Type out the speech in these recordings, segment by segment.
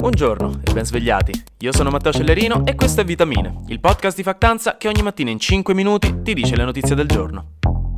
Buongiorno e ben svegliati. Io sono Matteo Cellerino e questo è Vitamine, il podcast di Factanza che ogni mattina in 5 minuti ti dice le notizie del giorno.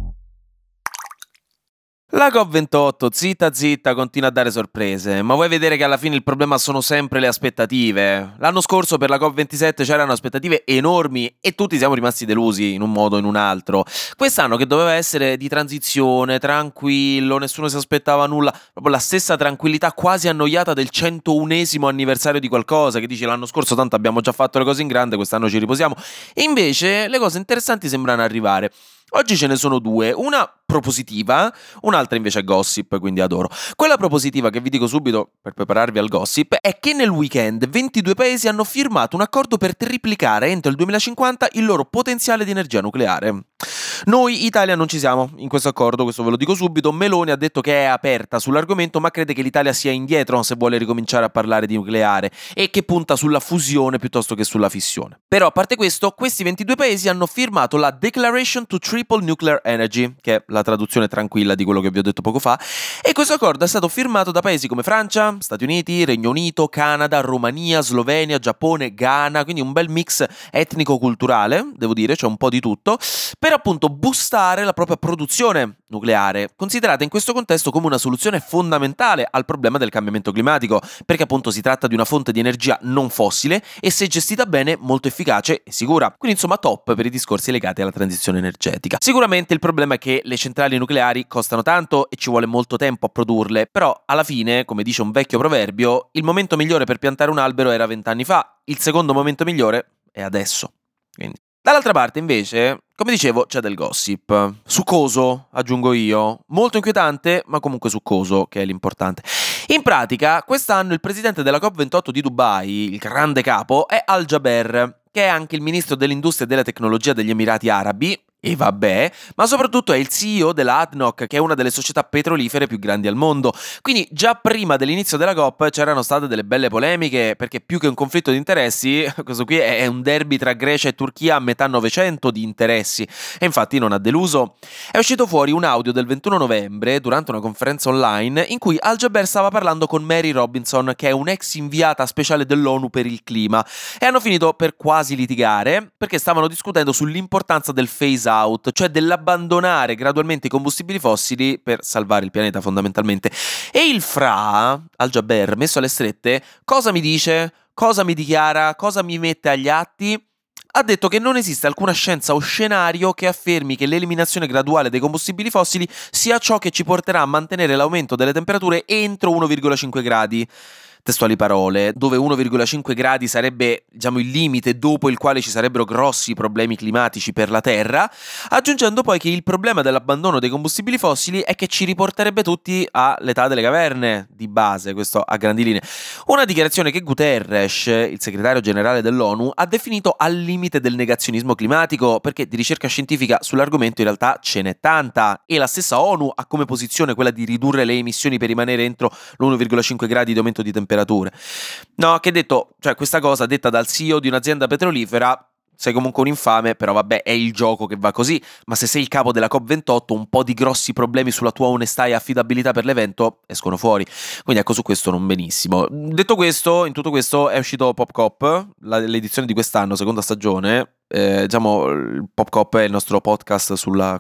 La COP28, zitta, continua a dare sorprese, ma vuoi vedere che alla fine il problema sono sempre le aspettative? L'anno scorso per la COP27 c'erano aspettative enormi e tutti siamo rimasti delusi in un modo o in un altro. Quest'anno che doveva essere di transizione, tranquillo, nessuno si aspettava nulla, proprio la stessa tranquillità quasi annoiata del 101esimo anniversario di qualcosa, che dici l'anno scorso tanto abbiamo già fatto le cose in grande, quest'anno ci riposiamo. E invece le cose interessanti sembrano arrivare. Oggi ce ne sono due, una propositiva, un'altra invece è gossip, quindi adoro. Quella propositiva che vi dico subito per prepararvi al gossip è che nel weekend 22 paesi hanno firmato un accordo per triplicare entro il 2050 il loro potenziale di energia nucleare. Noi Italia non ci siamo in questo accordo, questo ve lo dico subito. Meloni ha detto che è aperta sull'argomento ma crede che l'Italia sia indietro se vuole ricominciare a parlare di nucleare e che punta sulla fusione piuttosto che sulla fissione. Però a parte questo, questi 22 paesi hanno firmato la Declaration to Triple Nuclear Energy, che è la traduzione tranquilla di quello che vi ho detto poco fa, e questo accordo è stato firmato da paesi come Francia, Stati Uniti, Regno Unito, Canada, Romania, Slovenia, Giappone, Ghana, quindi un bel mix etnico-culturale, devo dire, c'è un po' di tutto, per appunto boostare la propria produzione nucleare, considerata in questo contesto come una soluzione fondamentale al problema del cambiamento climatico, perché appunto si tratta di una fonte di energia non fossile e se gestita bene molto efficace e sicura, quindi insomma top per i discorsi legati alla transizione energetica. Sicuramente il problema è che le centrali nucleari costano tanto e ci vuole molto tempo a produrle, però alla fine, come dice un vecchio proverbio, il momento migliore per piantare un albero era 20 anni fa, il secondo momento migliore è adesso. Quindi. Dall'altra parte, invece, come dicevo, c'è del gossip. Succoso, aggiungo io. Molto inquietante, ma comunque succoso, che è l'importante. In pratica, quest'anno il presidente della COP28 di Dubai, il grande capo, è Al Jaber, che è anche il ministro dell'industria e della tecnologia degli Emirati Arabi, e vabbè, ma soprattutto è il CEO della ADNOC, che è una delle società petrolifere più grandi al mondo. Quindi già prima dell'inizio della COP c'erano state delle belle polemiche, perché più che un conflitto di interessi, questo qui è un derby tra Grecia e Turchia a metà Novecento di interessi, e infatti non ha deluso. È uscito fuori un audio del 21 novembre, durante una conferenza online, in cui Al Jaber stava parlando con Mary Robinson, che è un'ex inviata speciale dell'ONU per il clima, e hanno finito per quasi litigare, perché stavano discutendo sull'importanza del phase out, cioè dell'abbandonare gradualmente i combustibili fossili per salvare il pianeta fondamentalmente. E il Fra, Al Jaber, messo alle strette, cosa mi dice? Cosa mi dichiara? Cosa mi mette agli atti? Ha detto che non esiste alcuna scienza o scenario che affermi che l'eliminazione graduale dei combustibili fossili sia ciò che ci porterà a mantenere l'aumento delle temperature entro 1,5 gradi. Testuali parole, dove 1,5 gradi sarebbe, diciamo, il limite dopo il quale ci sarebbero grossi problemi climatici per la Terra, aggiungendo poi che il problema dell'abbandono dei combustibili fossili è che ci riporterebbe tutti all'età delle caverne, di base, questo a grandi linee. Una dichiarazione che Guterres, il segretario generale dell'ONU, ha definito al limite del negazionismo climatico, perché di ricerca scientifica sull'argomento in realtà ce n'è tanta, e la stessa ONU ha come posizione quella di ridurre le emissioni per rimanere entro l'1,5 gradi di aumento di temperatura. No, che detto, cioè questa cosa detta dal CEO di un'azienda petrolifera, sei comunque un infame, però vabbè, è il gioco che va così, ma se sei il capo della COP28 un po' di grossi problemi sulla tua onestà e affidabilità per l'evento escono fuori, quindi ecco, su questo non benissimo. Detto questo, in tutto questo è uscito PopCop, l'edizione di quest'anno, seconda stagione. Diciamo, il PopCop è il nostro podcast sulla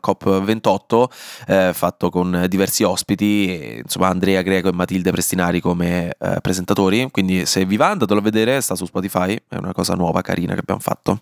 COP28, fatto con diversi ospiti, e, insomma, Andrea Greco e Matilde Prestinari come presentatori, quindi se vi va andatelo a vedere, sta su Spotify, è una cosa nuova, carina che abbiamo fatto.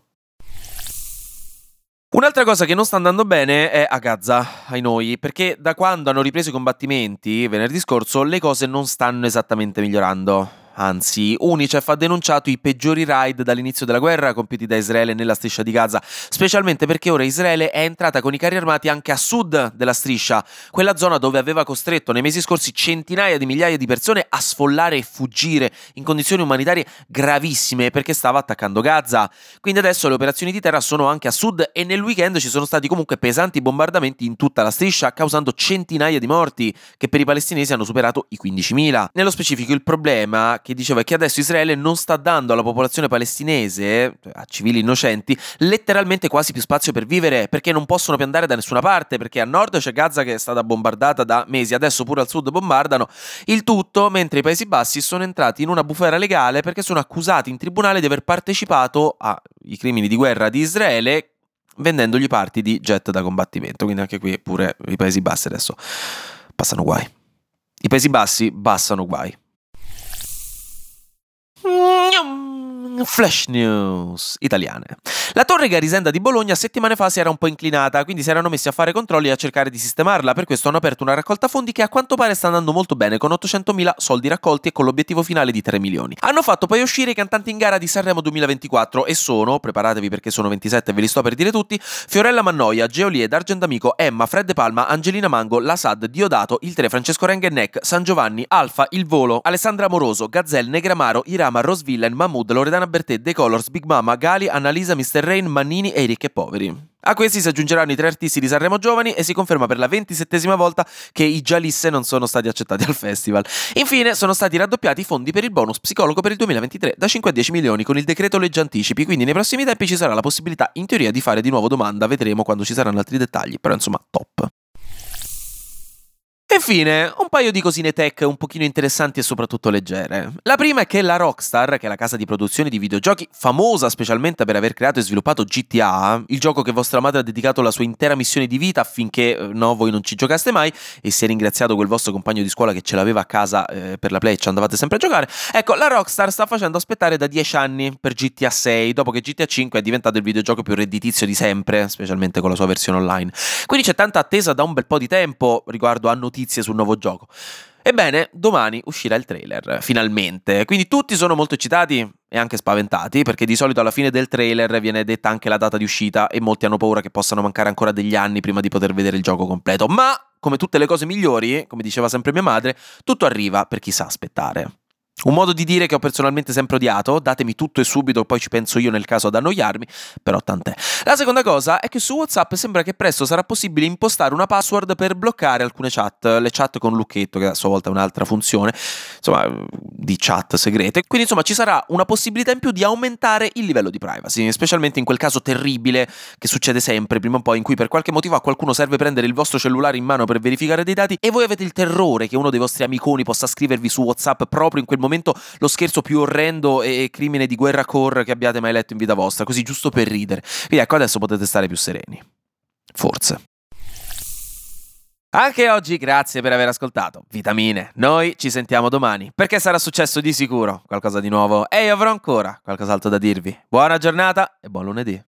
Un'altra cosa che non sta andando bene è a Gaza, ai noi, perché da quando hanno ripreso i combattimenti venerdì scorso le cose non stanno esattamente migliorando. Anzi, UNICEF ha denunciato i peggiori raid dall'inizio della guerra compiuti da Israele nella striscia di Gaza, specialmente perché ora Israele è entrata con i carri armati anche a sud della striscia, quella zona dove aveva costretto nei mesi scorsi centinaia di migliaia di persone a sfollare e fuggire in condizioni umanitarie gravissime perché stava attaccando Gaza. Quindi adesso le operazioni di terra sono anche a sud e nel weekend ci sono stati comunque pesanti bombardamenti in tutta la striscia, causando centinaia di morti, che per i palestinesi hanno superato i 15.000. Nello specifico il problema che diceva che adesso Israele non sta dando alla popolazione palestinese, cioè a civili innocenti, letteralmente quasi più spazio per vivere, perché non possono più andare da nessuna parte, perché a nord c'è Gaza che è stata bombardata da mesi, adesso pure al sud bombardano, il tutto mentre i Paesi Bassi sono entrati in una bufera legale perché sono accusati in tribunale di aver partecipato ai crimini di guerra di Israele vendendogli parti di jet da combattimento. Quindi anche qui pure i Paesi Bassi adesso passano guai. I Paesi Bassi passano guai. Flash news italiane. La torre Garisenda di Bologna settimane fa si era un po' inclinata, quindi si erano messi a fare controlli e a cercare di sistemarla. Per questo hanno aperto una raccolta fondi che a quanto pare sta andando molto bene, con 800.000 soldi raccolti e con l'obiettivo finale di 3 milioni. Hanno fatto poi uscire i cantanti in gara di Sanremo 2024 e sono, preparatevi perché sono 27 e ve li sto per dire tutti, Fiorella Mannoia, Geolie, D'Argent D'Amico, Emma, Fred De Palma, Angelina Mango, La Sad, Diodato, Il 3, Francesco Rengenneck, San Giovanni, Alfa, Il Volo, Alessandra Amoroso, Gazelle, Negramaro, Irama, Rosvillen, Mahmood, Loredana Bertè, The Colors, Big Mama, Gali, Annalisa, Mr. Rain, Mannini e i Ricchi e Poveri. A questi si aggiungeranno i 3 artisti di Sanremo Giovani e si conferma per la 27esima volta che i Gialisse non sono stati accettati al festival. Infine sono stati raddoppiati i fondi per il bonus psicologo per il 2023 da 5 a 10 milioni con il decreto legge anticipi, quindi nei prossimi tempi ci sarà la possibilità in teoria di fare di nuovo domanda, vedremo quando ci saranno altri dettagli, però insomma top. E infine, un paio di cosine tech un pochino interessanti e soprattutto leggere. La prima è che la Rockstar, che è la casa di produzione di videogiochi famosa specialmente per aver creato e sviluppato GTA, il gioco che vostra madre ha dedicato la sua intera missione di vita affinché voi non ci giocaste mai e si è ringraziato quel vostro compagno di scuola che ce l'aveva a casa per la Play e ci andavate sempre a giocare. Ecco, la Rockstar sta facendo aspettare da 10 anni per GTA 6, dopo che GTA 5 è diventato il videogioco più redditizio di sempre, specialmente con la sua versione online. Quindi c'è tanta attesa da un bel po' di tempo riguardo a notizie sul nuovo gioco. Ebbene, domani uscirà il trailer, finalmente. Quindi tutti sono molto eccitati e anche spaventati, perché di solito alla fine del trailer viene detta anche la data di uscita e molti hanno paura che possano mancare ancora degli anni prima di poter vedere il gioco completo. Ma, come tutte le cose migliori, come diceva sempre mia madre, tutto arriva per chi sa aspettare. Un modo di dire che ho personalmente sempre odiato, datemi tutto e subito, poi ci penso io nel caso ad annoiarmi, però tant'è. La seconda cosa è che su WhatsApp sembra che presto sarà possibile impostare una password per bloccare alcune chat, le chat con lucchetto, che a sua volta è un'altra funzione, insomma, di chat segrete. Quindi insomma ci sarà una possibilità in più di aumentare il livello di privacy, specialmente in quel caso terribile che succede sempre, prima o poi, in cui per qualche motivo a qualcuno serve prendere il vostro cellulare in mano per verificare dei dati e voi avete il terrore che uno dei vostri amiconi possa scrivervi su WhatsApp proprio in quel momento lo scherzo più orrendo e crimine di guerra core che abbiate mai letto in vita vostra, così giusto per ridere. Quindi ecco, adesso potete stare più sereni. Forse. Anche oggi grazie per aver ascoltato. Vitamine, noi ci sentiamo domani, perché sarà successo di sicuro qualcosa di nuovo e io avrò ancora qualcos'altro da dirvi. Buona giornata e buon lunedì.